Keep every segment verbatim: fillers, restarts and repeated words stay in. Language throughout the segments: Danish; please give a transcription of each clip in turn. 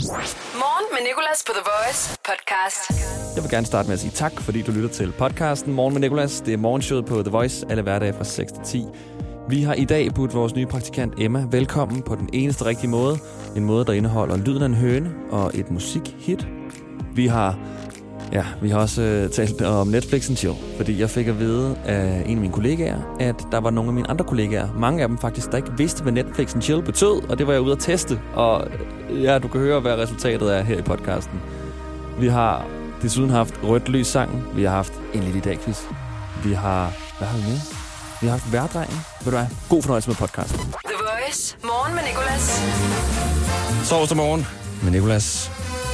Morgen med Nicolas på The Voice podcast. Jeg vil gerne starte med at sige tak, fordi du lytter til podcasten Morgen med Nicolas. Det er morgenshowet på The Voice alle hverdage fra seks til ti. Vi har i dag budt vores nye praktikant Emma velkommen på den eneste rigtige måde. En måde, der indeholder lyden af en høne og et musikhit. Vi har, ja, vi har også øh, talt om Netflix and Chill, fordi jeg fik at vide af en af mine kollegaer, at der var nogle af mine andre kollegaer, mange af dem faktisk, der ikke vidste, hvad Netflix and Chill betød, og det var jeg ude at teste. Og ja, du kan høre, hvad resultatet er her i podcasten. Vi har desuden haft rødt lys sangen. Vi har haft en lille dag-quiz. Vi har... Hvad har vi med? Vi har haft værdrengen. Ved du hvad? God fornøjelse med podcasten. The Voice. Morgen med Nicolas. Torsdag morgen med Nicolas.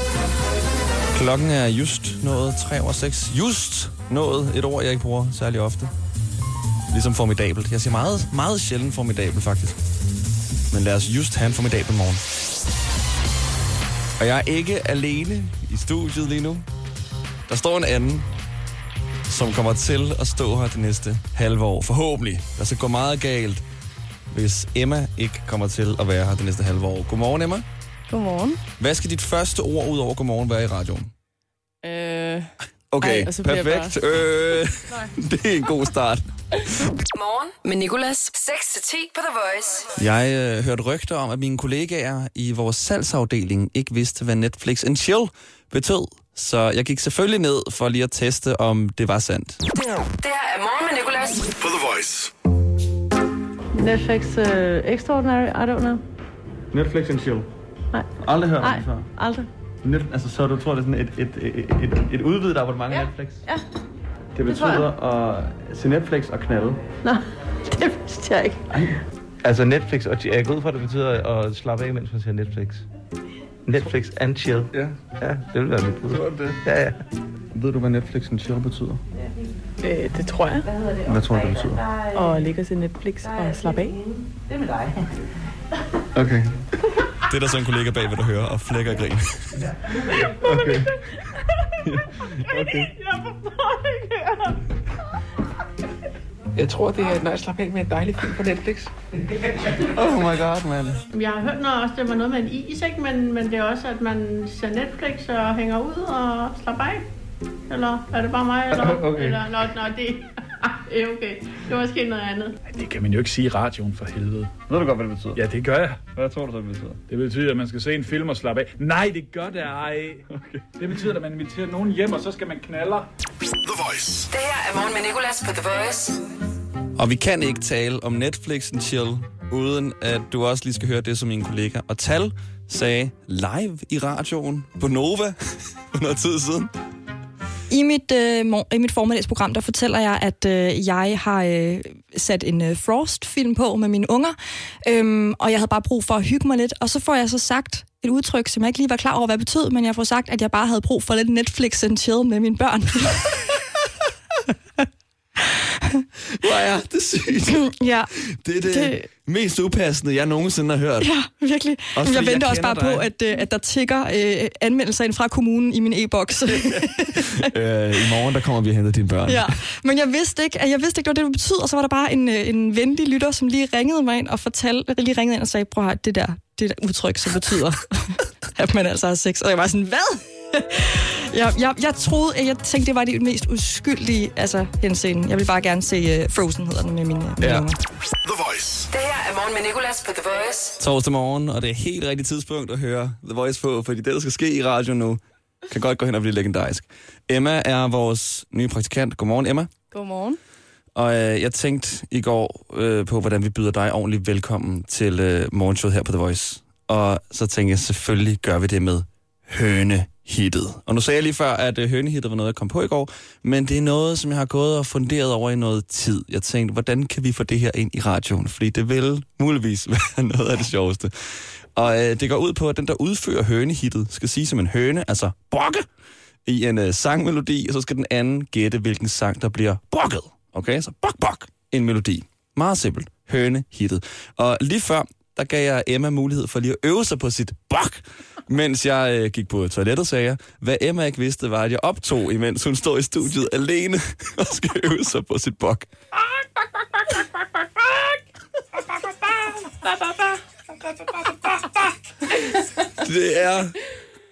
Klokken er just nået tre over seks. Just nået et ord, jeg ikke bruger særlig ofte. Ligesom formidabelt. Jeg siger meget, meget sjældent formidabelt, faktisk. Men lad os just have en formidabel morgen. Og jeg er ikke alene i studiet lige nu. Der står en anden, som kommer til at stå her det næste halve år. Forhåbentlig. Der skal gå meget galt, hvis Emma ikke kommer til at være her det næste halve år. Godmorgen, Emma. Godmorgen. Hvad skal dit første ord ud over godmorgen være i radioen? Øh... Okay, ej, og så perfekt. Bare... Øh, det er en god start. Morgen med Nicolas. seks til ti på The Voice. Jeg øh, hørte rygter om, at mine kollegaer i vores salgsafdeling ikke vidste, hvad Netflix and Chill betød. Så jeg gik selvfølgelig ned for lige at teste, om det var sandt. Det her er Morgen med Nicolas. På The Voice. Netflix uh, Extraordinary, I don't know. Netflix and Chill? Nej. Aldrig hørt om Nej, det før? aldrig. Net, altså, så du tror, det er sådan et, et, et, et, et udvidet abonnement af Ja. Netflix? Ja. Det betyder at se Netflix og knalde? Nå, det vidste jeg ikke. Ej. Altså Netflix og jeg går ud fra, at det betyder at slappe af, mens man ser Netflix. Netflix and Chill. Ja. Ja, det vil være mit bud. Tror du det? Ja, ja. Ved du, hvad Netflix and Chill betyder? Øh, det tror jeg. Hvad tror du, det betyder? Og ligge til Netflix og slappe af. Det med dig. Okay. Det er der så en kollega bag, hvad du hører, og flækker grin. Okay. Okay. Jeg forstår det ikke. Jeg tror, det er, når jeg slapper af med en dejlig film på Netflix. Oh my god, man. Jeg har hørt noget også, det var noget med en is, ikke? Men, men det er også, at man ser Netflix og hænger ud og slapper af. Eller er det bare mig? Eller, okay. eller nå, nå, det er okay. Det var måske noget andet. Ej, det kan man jo ikke sige i radioen for helvede. Ved du godt, hvad det betyder? Ja, det gør jeg. Hvad tror du, det betyder? Det betyder, at man skal se en film og slappe af. Nej, det gør det ej. Okay. Det betyder, at man inviterer nogen hjem, og så skal man knalde. The Voice. Det her er Morgen med Nicolas på The Voice. Og vi kan ikke tale om Netflix and Chill, uden at du også lige skal høre det, som mine kollega og Tal sagde live i radioen på Nova for noget tid siden. I mit, øh, i mit formiddagsprogram, der fortæller jeg, at øh, jeg har øh, sat en øh, Frost-film på med mine unger, øhm, og jeg havde bare brug for at hygge mig lidt. Og så får jeg så sagt et udtryk, som jeg ikke lige var klar over, hvad det betød, men jeg får sagt, at jeg bare havde brug for lidt Netflix and Chill med mine børn. Hvor er det sygt. Ja, det er det, det mest upassende, jeg nogensinde har hørt. Ja, virkelig. Også jeg venter jeg også bare dig. på, at, at der tikker øh, anmeldelser ind fra kommunen i min e-boks. øh, I morgen, der kommer vi og henter dine børn. Ja, men jeg vidste ikke, jeg vidste ikke, hvad det betød, og så var der bare en, en venlig lytter, som lige ringede mig ind og fortalte, lige ringede ind og sagde, prøv at høre, det der, det der udtryk, som betyder, at man altså har sex. Og jeg var sådan, hvad? Jeg, jeg, jeg troede, jeg tænkte, det var det mest uskyldige altså, henseende. Jeg vil bare gerne se uh, Frozen, hedder den, med mine, mine ja. unger. The Voice. Det her er Morgen med Nicolas på The Voice. Torsdag morgen, og det er helt rigtigt tidspunkt at høre The Voice på, fordi det, der skal ske i radio nu, kan godt gå hen og blive legendarisk. Emma er vores nye praktikant. Godmorgen, Emma. Godmorgen. Og øh, jeg tænkte i går øh, på, hvordan vi byder dig ordentligt velkommen til øh, morgenshowet her på The Voice. Og så tænkte jeg, selvfølgelig gør vi det med hønehittet. Og nu sagde jeg lige før, at øh, hønehittet var noget, jeg kom på i går, men det er noget, som jeg har gået og funderet over i noget tid. Jeg tænkte, hvordan kan vi få det her ind i radioen? Fordi det vil muligvis være noget af det sjoveste. Og øh, det går ud på, at den, der udfører hønehittet, skal sige som en høne, altså brokke, i en øh, sangmelodi, og så skal den anden gætte, hvilken sang, der bliver brokket. Okay, så bok, bok, en melodi. Meget simpelt. Hønehittet. Og lige før, der gav jeg Emma mulighed for lige at øve sig på sit bok, mens jeg øh, gik på toilettet, sagde jeg. Hvad Emma ikke vidste, var, at jeg optog, imens hun står i studiet alene og skal øve sig på sit bok. Det er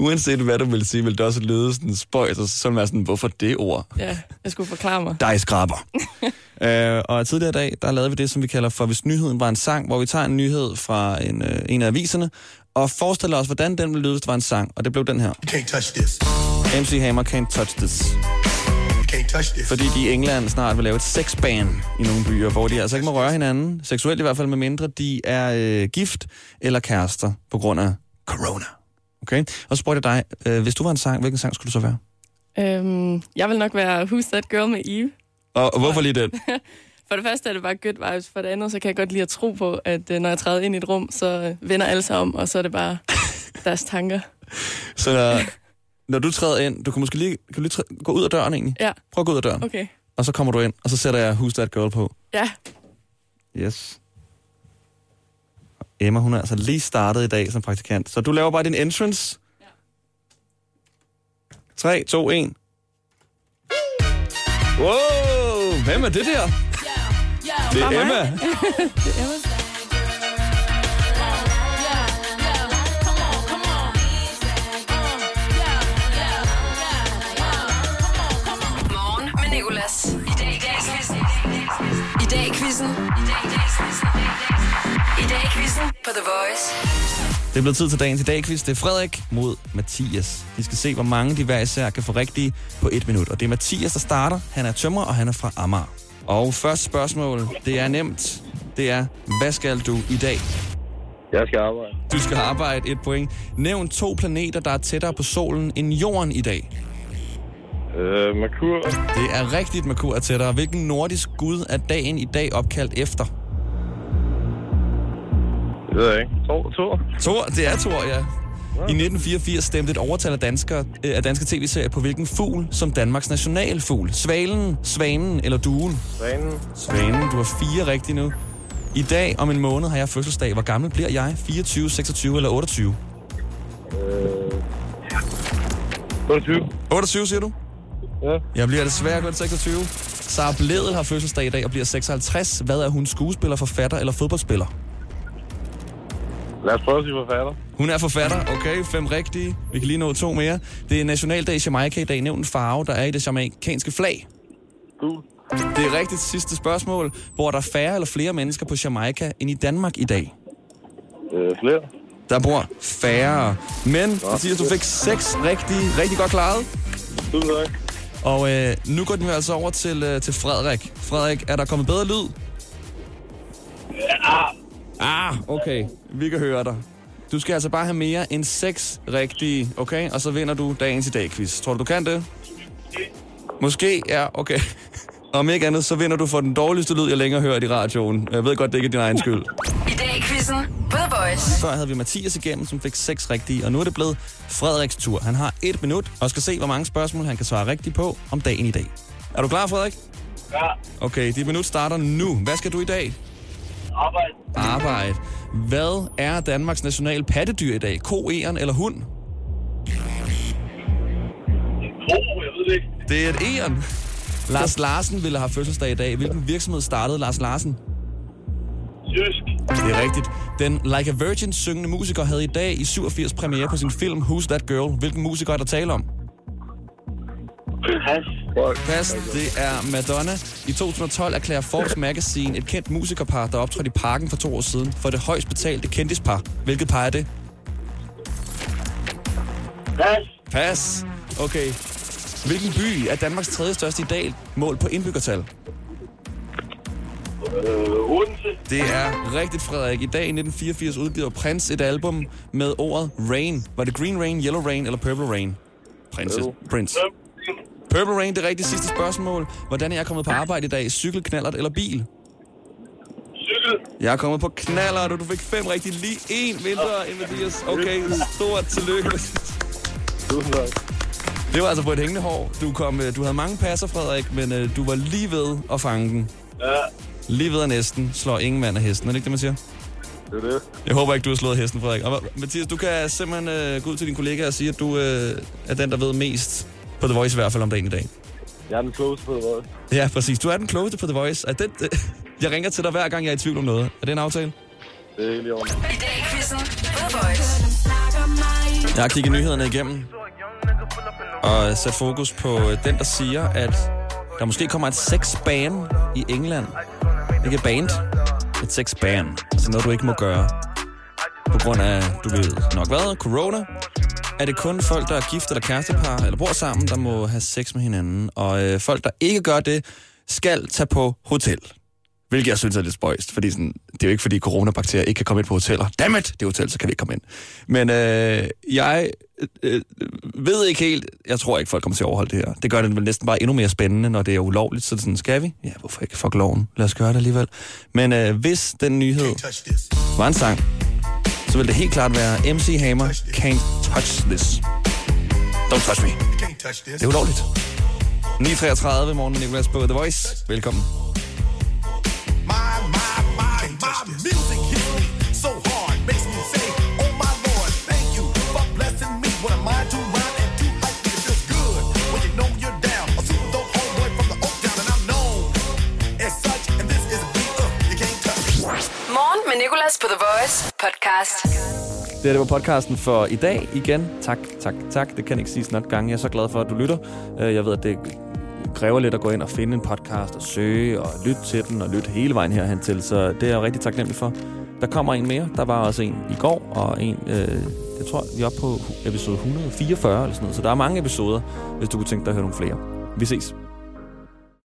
Uanset hvad du vil sige, vil det også lyde sådan spøjt, og så være sådan, hvorfor det ord? Ja, jeg skulle forklare mig. Dig skraber. øh, og tidligere i dag, der lavede vi det, som vi kalder for Hvis nyheden var en sang, hvor vi tager en nyhed fra en, øh, en af aviserne, og forestiller os, hvordan den ville lyde, hvis det var en sang. Og det blev den her. Can't touch this. M C Hammer, Can't Touch This. Can't touch this. Fordi de i England snart vil lave et sexban i nogle byer, hvor de altså ikke må røre hinanden, seksuelt i hvert fald, med mindre de er øh, gift eller kærester på grund af corona. Okay? Og så spurgte jeg dig, øh, hvis du var en sang, hvilken sang skulle du så være? Øhm, jeg vil nok være Who's That Girl med Eve. Og, og hvorfor lige den? For det første er det bare good vibes, for det andet så kan jeg godt lide at tro på, at øh, når jeg træder ind i et rum, så øh, vender alle sig om, og så er det bare deres tanker. Så når, når du træder ind, du kan måske lige, kan du lige træde, gå ud af døren egentlig? Ja. Prøv at gå ud af døren. Okay. Og så kommer du ind, og så sætter jeg Who's That Girl på. Ja. Yes. Emma, hun er altså lige startet i dag som praktikant. Så du laver bare din entrance. Ja. tre, to, et. Wow! Hvem er det der? Det er Emma. Det er Emma. Morgen med Nicolas. I dag i dag I dag i quizzen. I dag i dag I dag i quizzen på The Voice. Det er blevet tid til dagens i dag-quiz. Det er Frederik mod Mathias. De skal se, hvor mange de hver især kan få rigtige på et minut. Og det er Mathias, der starter. Han er tømrer, og han er fra Amager. Og første spørgsmål, det er nemt. Det er, hvad skal du i dag? Jeg skal arbejde. Du skal arbejde, et point. Nævn to planeter, der er tættere på solen end jorden i dag. Øh, Merkur. Det er rigtigt, Merkur er tættere. Hvilken nordisk gud er dagen i dag opkaldt efter? Det ved jeg ikke. Thor? Thor? Thor, det er Thor, ja. I nitten fireogfirs stemte et overtal af, dansker, af danske tv-serier på hvilken fugl som Danmarks nationalfugl? Svalen, svanen eller duen? Svanen. Svanen, du har fire rigtige nu. I dag om en måned har jeg fødselsdag. Hvor gammel bliver jeg? fireogtyve, seksogtyve eller otteogtyve? Øh... otteogtyve. otteogtyve, siger du? Ja. Jeg bliver desværre kun seksogtyve. Sara Blædel har fødselsdag i dag og bliver seksoghalvtreds. Hvad er hun? Skuespiller, forfatter eller fodboldspiller? Lad os prøve at sige forfatter. Hun er forfatter. Okay, fem rigtige. Vi kan lige nå to mere. Det er Nationaldag i Jamaica i dag. Nævn en farve, der er i det jamaikanske flag. Gul. Det er rigtigt. Sidste spørgsmål. Bor der færre eller flere mennesker på Jamaica end i Danmark i dag? Øh, flere. Der bor færre. Men, Mathias, du fik seks rigtige. Rigtig godt klaret. Tusind tak. Og øh, nu går den jo altså over til, øh, til Frederik. Frederik, er der kommet bedre lyd? Ja. Ah, okay. Vi kan høre dig. Du skal altså bare have mere end seks rigtige, okay? Og så vinder du dagens i dag-quiz. Tror du, du kan det? Måske, ja, okay. Om ikke andet, så vinder du for den dårligste lyd, jeg længere hører i radioen. Jeg ved godt, det ikke er din egen skyld. I dag i quizzen på The Voice. Før havde vi Mathias igennem, som fik seks rigtige, og nu er det blevet Frederiks tur. Han har et minut, og skal se, hvor mange spørgsmål han kan svare rigtigt på om dagen i dag. Er du klar, Frederik? Ja. Okay, dit minut starter nu. Hvad skal du i dag? Arbejde. Arbejde. Hvad er Danmarks national pattedyr i dag? Ko, egern eller hund? Ko, jeg ved det ikke. Det er et egern. Lars Larsen ville have fødselsdag i dag. Hvilken virksomhed startede Lars Larsen? Jysk. Det er rigtigt. Den Like a Virgin syngende musiker havde i dag i syvogfirs premiere på sin film Who's That Girl. Hvilken musiker er der tale om? Pas. Pas, det er Madonna. I to tusind og tolv erklærer Forbes Magazine et kendt musikerpar, der optrådte i Parken for to år siden, for det højst betalte kendispar. Hvilket par er det? Pas. Pas. Okay. Hvilken by er Danmarks tredje største i dag målt på indbyggertal? Øh, Odense. Det er rigtigt, Frederik. I dag i nitten fireogfirs udgiver Prince et album med ordet Rain. Var det Green Rain, Yellow Rain eller Purple Rain? Prince. Prince. Purple Rain, det rigtige sidste spørgsmål. Hvordan er jeg kommet på arbejde i dag? Cykel, knallert eller bil? Cykel. Jeg er kommet på knallert, og du fik fem rigtigt. Lige en mindre end Mathias. Okay, stort tillykke. Tusind tak. Det var altså på et hængende hår. Du, kom, du havde mange passer, Frederik, men uh, du var lige ved at fange den. Ja. Lige ved at næsten slår ingen mand af hesten. Er det ikke det, man siger? Det er det. Jeg håber ikke, du har slået hesten, Frederik. Og Mathias, du kan simpelthen uh, gå ud til din kollega og sige, at du uh, er den, der ved mest på The Voice i hvert fald om dagen i dag. Jeg er den klogeste på The Voice. Ja, præcis. Du er den klogeste på The Voice. Er det, uh, jeg ringer til dig hver gang, jeg er i tvivl om noget. Er det en aftale? Det er helt i orden. I dag i quizzen på The Voice. Jeg har kigget nyhederne igennem og sat fokus på den, der siger, at der måske kommer et sex-ban i England. Ikke et band, et sex-ban. Altså noget, du ikke må gøre. På grund af, du ved nok hvad, corona. Er det kun folk, der er gift eller kærestepar, eller bor sammen, der må have sex med hinanden. Og øh, folk, der ikke gør det, skal tage på hotel. Hvilket jeg synes er lidt spøjst, fordi sådan, det er jo ikke, fordi coronabakterier ikke kan komme ind på hoteller. Dammit, det er hotel, så kan vi ikke komme ind. Men øh, jeg øh, ved ikke helt, jeg tror ikke, folk kommer til at overholde det her. Det gør det vel næsten bare endnu mere spændende, når det er ulovligt. Så det sådan, skal vi? Ja, hvorfor ikke? Fuck loven. Lad os gøre det alligevel. Men øh, hvis den nyhed var en sang, så vil det helt klart være M C Hammer, Can't Touch This. Don't touch me. Det er ulovligt. ni treogtredive morgen med Nicolas på The Voice. Velkommen. Morgen med Nicolas på The Voice podcast. Det her, det var podcasten for i dag. Igen, tak, tak, tak. Det kan ikke siges nok gange. Jeg er så glad for, at du lytter. Jeg ved, at det kræver lidt at gå ind og finde en podcast og søge og lytte til den og lytte hele vejen herhen til. Så det er jeg rigtig taknemmelig for. Der kommer en mere. Der var også en i går, og en, øh, jeg tror, vi er oppe på episode et hundrede og fireogfyrre eller sådan noget. Så der er mange episoder, hvis du kunne tænke dig at høre nogle flere. Vi ses.